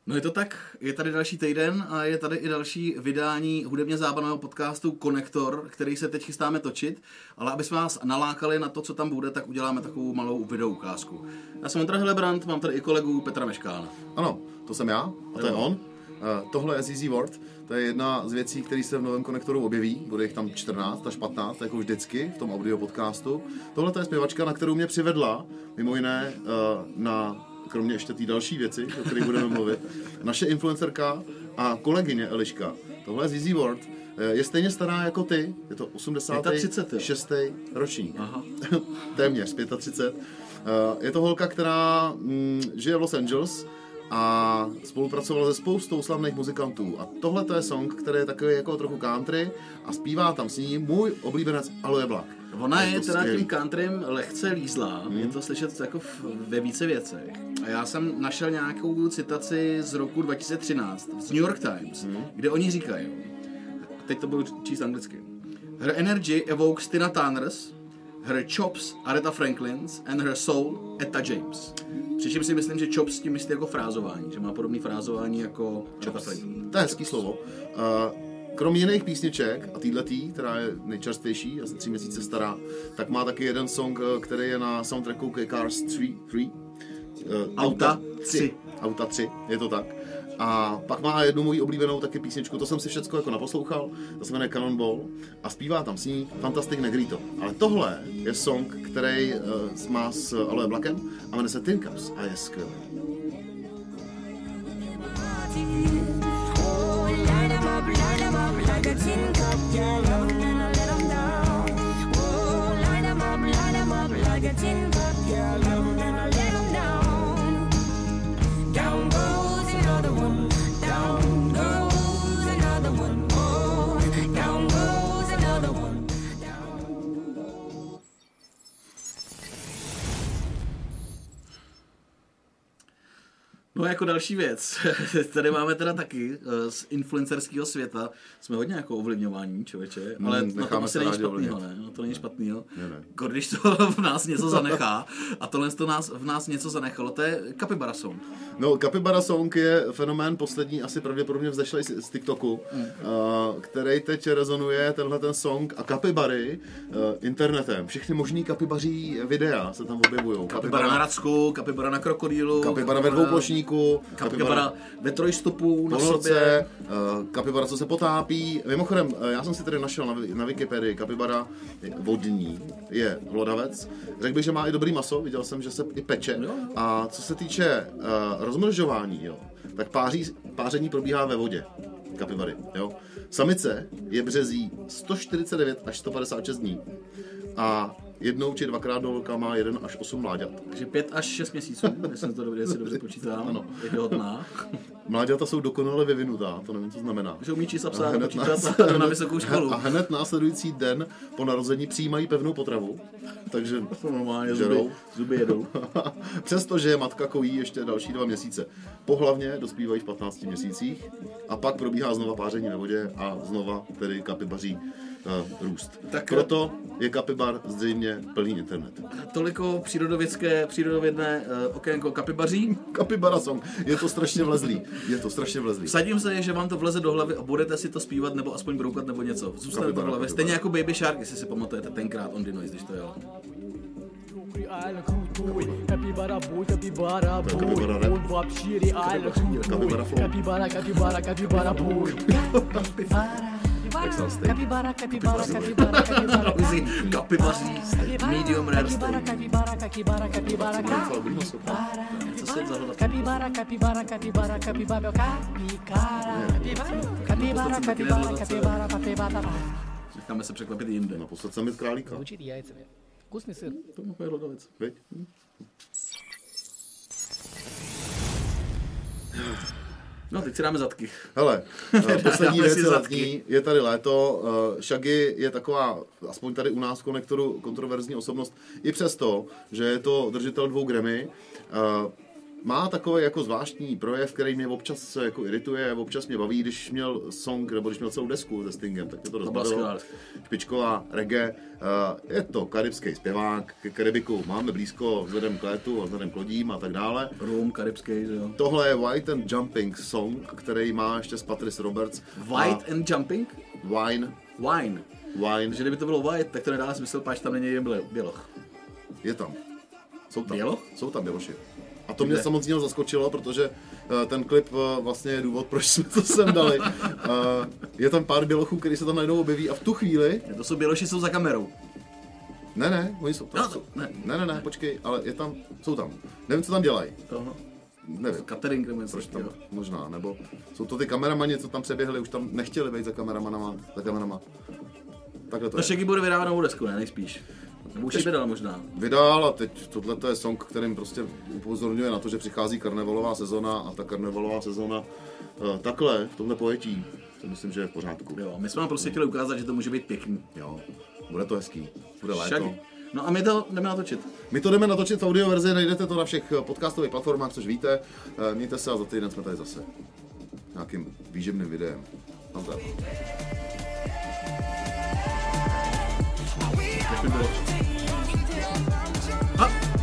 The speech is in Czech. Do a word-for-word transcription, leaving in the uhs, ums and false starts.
No je to tak, je tady další týden a je tady i další vydání hudebně zábavného podcastu Konektor, který se teď chystáme točit, ale aby jsme vás nalákali na to, co tam bude, tak uděláme takovou malou videoukázku. Já jsem Ondra Helebrant, mám tady i kolegu Petra Meškána. Ano, to jsem já a to je on. Uh, tohle je Z Z Ward, to je jedna z věcí, které se v novém Konektoru objeví, bude jich tam čtrnáct až patnáct, jako vždycky v tom audio podcastu. Tohle je zpěvačka, na kterou mě přivedla, mimo jiné uh, na, kromě ještě té další věci, o kterých budeme mluvit, naše influencerka a kolegyně Eliška. Tohle je Z Z Ward, je stejně stará jako ty, je to osmdesátý šestý ročník. Aha. Téměř třicet pět. Uh, je to holka, která mm, žije v Los Angeles a spolupracovala se spoustou slavných muzikantů. A tohle to je song, který je takový jako trochu country a zpívá tam s ní můj oblíbenec Aloe Black. Ona je, je teda skvělý. Tím countrym lehce lízlá, hmm. je to slyšet jako v, ve více věcech. A já jsem našel nějakou citaci z roku dva tisíce třináct z New York Times, hmm. kde oni říkají, teď to budu číst anglicky, her energy evokes Tina Turners, her chops Aretha Franklin's and her soul Etta James. Přičím si myslím, že chops s tím myslí jako frázování, že má podobné frázování jako Aretha Franklin. To je hezký slovo. Uh, kromě jiných písniček a týhletý, která je nejčerstvější, asi tři měsíce stará, tak má taky jeden song, který je na soundtracku ke Cars tři. tři. Uh, Auta tři. Auta tři, je to tak. A pak má jednu moji oblíbenou taky písničku, to jsem si všecko jako naposlouchal, to se jmenuje Cannonball a zpívá tam s ní Fantastic Negrito. Ale tohle je song, který uh, má s Aloe Blackem a jmenuje se Tin Cups a je skvělý. No jako další věc, tady máme teda taky z influencerského světa, jsme hodně jako ovlivňování, člověče, ale hmm, na to asi není špatnýho, ne? No to není špatnýho. Ne, ne. Když to v nás něco zanechá a tohle to nás, v nás něco zanechalo, to je Capybara Song. No Capybara Song je fenomén poslední, asi pravděpodobně vzešlej z, z TikToku, hmm. uh, který teď rezonuje tenhle ten song a kapibary uh, internetem. Všechny možný kapibaří videa se tam objevujou. Kapibara na Racku, kapibara na krokodýlu, kapibara ve dvouplošníku, kapibara ve trojstupu na noce, sobě, kapibara, co se potápí. Mimochodem, já jsem si tady našel na, na Wikipedii, kapibara vodní je hlodavec. Řekl bych, že má i dobrý maso, viděl jsem, že se i peče. A co se týče uh, rozmnožování, jo, tak páří, páření probíhá ve vodě kapibary. Jo. Samice je březí sto čtyřicet devět až sto padesát šest dní a jednou či dvakrát do roka má jeden až osm mláďat. Takže pět až šest měsíců, jestli to dobře, jestli dobře počítám, ano. Je dohodná. Mláďata jsou dokonale vyvinutá, to nevím, co znamená. Že umí číst a psát a počítat nás... na vysokou školu. A hned následující den po narození přijímají pevnou potravu, takže normálně zuby, zuby jedou. Přestože matka kojí ještě další dva měsíce. Pohlavně dospívají v patnácti měsících a pak probíhá znova páření ve vodě a znova tedy kapibaří uh, růst. Tak proto je kapibar zřejmě plný internet. Toliko přírodovědské, přírodovědné uh, okénko kapibaří. Kapibara song. Je to strašně vlezlý. Je to strašně vlezlý. Vsadím se, že vám to vleze do hlavy a budete si to zpívat nebo aspoň broukat nebo něco. Zůstane to v hlavě. Stejně jako Baby Shark, jestli si pamatujete tenkrát On The Noise, když to jelo. Capibara boy, capibara boy, on va pchiri al capibara capibara capibara capibara boy. Capibara, capibara, capibara, capibara. Kapibaří, medium rare steak. Capibara, capibara, capibara, capibara. Co se zahodá? Capibara, capibara, capibara, capibara, capibara. Capibara, capibara, capibara, capibara. Necháme se překvapit jinde. Naposled jsem mít králíka. Звучит яйцами. Вкусный сыр. To je hlodavec. Viď? No, teď si dáme zadky. Hele, poslední věc je letní, je tady léto, uh, Shaggy je taková, aspoň tady u nás v Konektoru, kontroverzní osobnost, i přesto, že je to držitel dvou Grammy. Uh, má takový jako zvláštní projev, který mě občas jako irituje, občas mě baví, když měl song, nebo když měl celou desku se Stingem, tak mě to rozbavilo. Špičková reggae, uh, je to karibský zpěvák, ke Karibiku máme blízko vzhledem k létu a vzhledem k lodím a tak dále. Rum, karibský, jo. Tohle je White and Jumping song, který má ještě s Patrice Roberts. White and Jumping? Wine. Wine. Wine. Že kdyby to bylo white, tak to nedá smysl, páč tam není jeden běloch. Je tam. Jsou tam. Běloch? Jsou tam běloši. A to mě Kde? samozřejmě zaskočilo, protože uh, ten klip uh, vlastně je důvod, proč jsme to sem dali. Uh, je tam pár bělochů, který se tam najednou objeví a v tu chvíli... To jsou běloši, jsou za kamerou. Ne, ne, oni jsou tam. No, to, ne. ne, ne, ne, počkej, ale je tam, jsou tam. Nevím, co tam dělají. Toho. Nevím. Catering nebo něco. Proč tam, možná, nebo jsou to ty kameramani, co tam přeběhli, už tam nechtěli být za kameramanama, za kamerama. Takhle to no, je. Shaggy bude vydávat novou desku, ne, nejspíš. Nebo už ji vydal možná. Vydal a teď tohle je song, kterým prostě upozorňuje na to, že přichází karnevalová sezona a ta karnevalová sezona uh, takhle, v tomhle pojetí, si myslím, že je v pořádku. Jo, my jsme vám prostě chtěli ukázat, že to může být pěkný. Jo, bude to hezký, bude léto. Shaggy. No a my to jdeme natočit. My to jdeme natočit v audio verzi, najdete to na všech podcastových platformách, což víte. Mějte se a za týden jsme tady zase. Nějakým výživným videem. Nazdar. Jak by bylo? A!